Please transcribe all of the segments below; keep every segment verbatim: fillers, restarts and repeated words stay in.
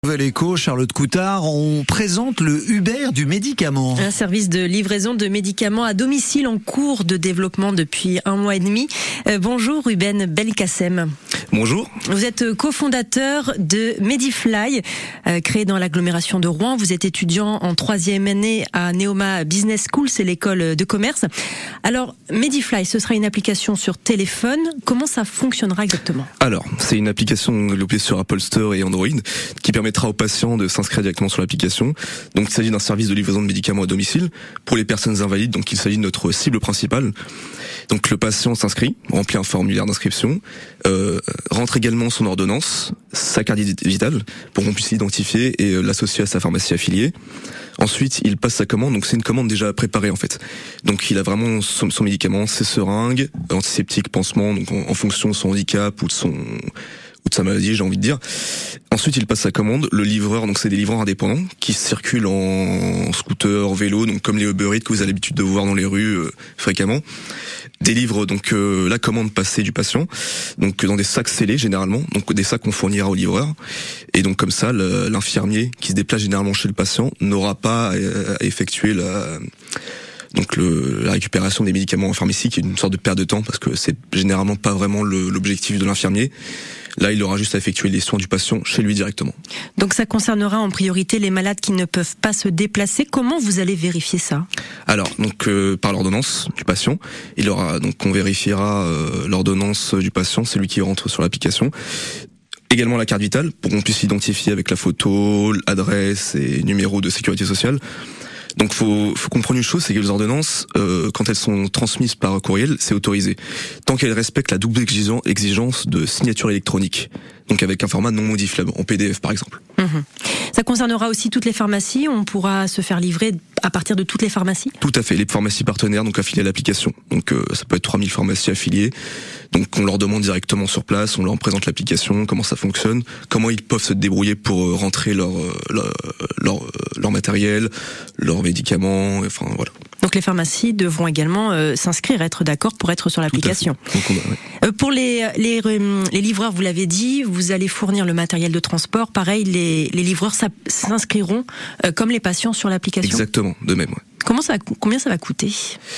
Nouvel Écho, Charlotte Coutard, on présente le Uber du médicament. Un service de livraison de médicaments à domicile en cours de développement depuis un mois et demi. Euh, bonjour Ruben Belkacem. Bonjour. Vous êtes cofondateur de Medifly, euh, créé dans l'agglomération de Rouen. Vous êtes étudiant en troisième année à Neoma Business School, c'est l'école de commerce. Alors, Medifly, ce sera une application sur téléphone. Comment ça fonctionnera exactement ? Alors, c'est une application développée sur Apple Store et Android qui permettra aux patients de s'inscrire directement sur l'application. Donc, il s'agit d'un service de livraison de médicaments à domicile pour les personnes invalides. Donc, il s'agit de notre cible principale. Donc, le patient s'inscrit, remplit un formulaire d'inscription, euh, rentre également son ordonnance, sa carte vitale, pour qu'on puisse l'identifier et euh, l'associer à sa pharmacie affiliée. Ensuite, il passe sa commande, donc c'est une commande déjà préparée en fait. Donc il a vraiment son, son médicament, ses seringues, antiseptiques, pansements, donc en, en fonction de son handicap ou de son ou de sa maladie, j'ai envie de dire. Ensuite, il passe sa commande. Le livreur, donc c'est des livreurs indépendants qui circulent en scooter, en vélo, donc comme les Uber Eats que vous avez l'habitude de voir dans les rues euh, fréquemment, délivre donc euh, la commande passée du patient, donc dans des sacs scellés généralement, donc des sacs qu'on fournira au livreur. Et donc comme ça, le, l'infirmier qui se déplace généralement chez le patient n'aura pas à, à effectuer la donc le, la récupération des médicaments en pharmacie, qui est une sorte de perte de temps parce que c'est généralement pas vraiment le, l'objectif de l'infirmier. Là, il aura juste à effectuer les soins du patient chez lui directement. Donc ça concernera en priorité les malades qui ne peuvent pas se déplacer. Comment vous allez vérifier ça ? Alors, donc euh, par l'ordonnance du patient, il aura donc on vérifiera euh, l'ordonnance du patient, c'est lui qui rentre sur l'application. Également la carte vitale pour qu'on puisse l'identifier avec la photo, l'adresse et numéro de sécurité sociale. Donc faut faut comprendre une chose, c'est que les ordonnances, euh, quand elles sont transmises par courriel, c'est autorisé, tant qu'elles respectent la double exigence de signature électronique, donc avec un format non modifiable, en P D F par exemple. Mmh. Ça concernera aussi toutes les pharmacies, on pourra se faire livrer à partir de toutes les pharmacies ? Tout à fait, les pharmacies partenaires, donc affiliées à l'application. Donc euh, ça peut être trois mille pharmacies affiliées. Donc on leur demande directement sur place, on leur présente l'application, comment ça fonctionne, comment ils peuvent se débrouiller pour euh, rentrer leur, euh, leur, leur, leur matériel, leurs médicaments, enfin voilà. Donc les pharmacies devront également euh, s'inscrire, être d'accord pour être sur l'application. Donc on a, ouais. euh, pour les, les, les livreurs, vous l'avez dit, vous allez fournir le matériel de transport. Pareil, les, les livreurs s'inscriront euh, comme les patients sur l'application. Exactement, de même. Ouais. Comment ça, combien ça va coûter ?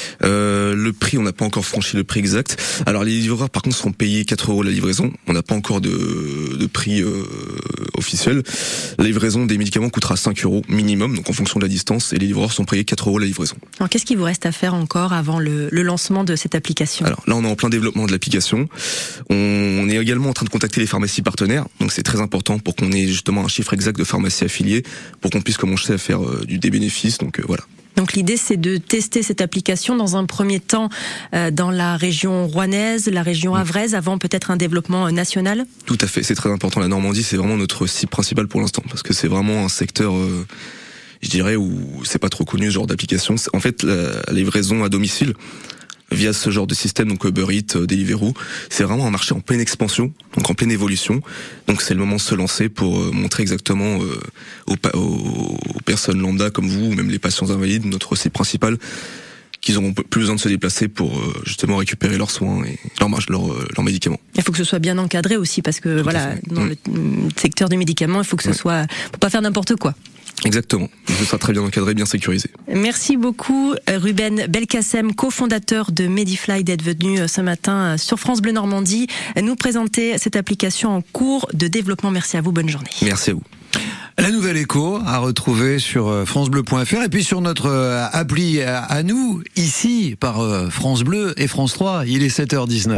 euh, Le prix, on n'a pas encore franchi le prix exact. Alors les livreurs, par contre, seront payés quatre euros la livraison. On n'a pas encore de, de prix euh, officiel. La livraison des médicaments coûtera cinq euros minimum, donc en fonction de la distance, et les livreurs sont payés quatre euros la livraison. Alors qu'est-ce qu'il vous reste à faire encore avant le, le lancement de cette application ? Alors là, on est en plein développement de l'application. On, on est également en train de contacter les pharmacies partenaires, donc c'est très important pour qu'on ait justement un chiffre exact de pharmacies affiliées, pour qu'on puisse commencer à faire euh, du des bénéfices. Donc euh, voilà. Donc l'idée, c'est de tester cette application dans un premier temps euh, dans la région rouennaise, la région havraise, avant peut-être un développement euh, national ? Tout à fait, c'est très important. La Normandie, c'est vraiment notre cible principale pour l'instant, parce que c'est vraiment un secteur, euh, je dirais, où c'est pas trop connu ce genre d'application. En fait, la livraison à domicile, via ce genre de système, donc Uber Eats, Deliveroo, c'est vraiment un marché en pleine expansion, donc en pleine évolution. Donc c'est le moment de se lancer pour euh, montrer exactement euh, aux, aux, aux personnes lambda comme vous, ou même les patients invalides, notre cible principale, qu'ils n'auront plus besoin de se déplacer pour euh, justement récupérer leurs soins et leurs leurs, leurs médicaments. Il faut que ce soit bien encadré aussi, parce que Tout voilà, dans mmh. le secteur du médicament, il faut que ce ouais. soit, faut pas faire n'importe quoi. Exactement, ce sera très bien encadré, bien sécurisé. Merci beaucoup Ruben Belkacem, cofondateur de Medifly, d'être venu ce matin sur France Bleu Normandie nous présenter cette application en cours de développement. Merci à vous, bonne journée. Merci à vous. La Nouvelle Écho à retrouver sur francebleu point f r et puis sur notre appli à nous, ici, par France Bleu et France trois. Il est sept heures dix-neuf.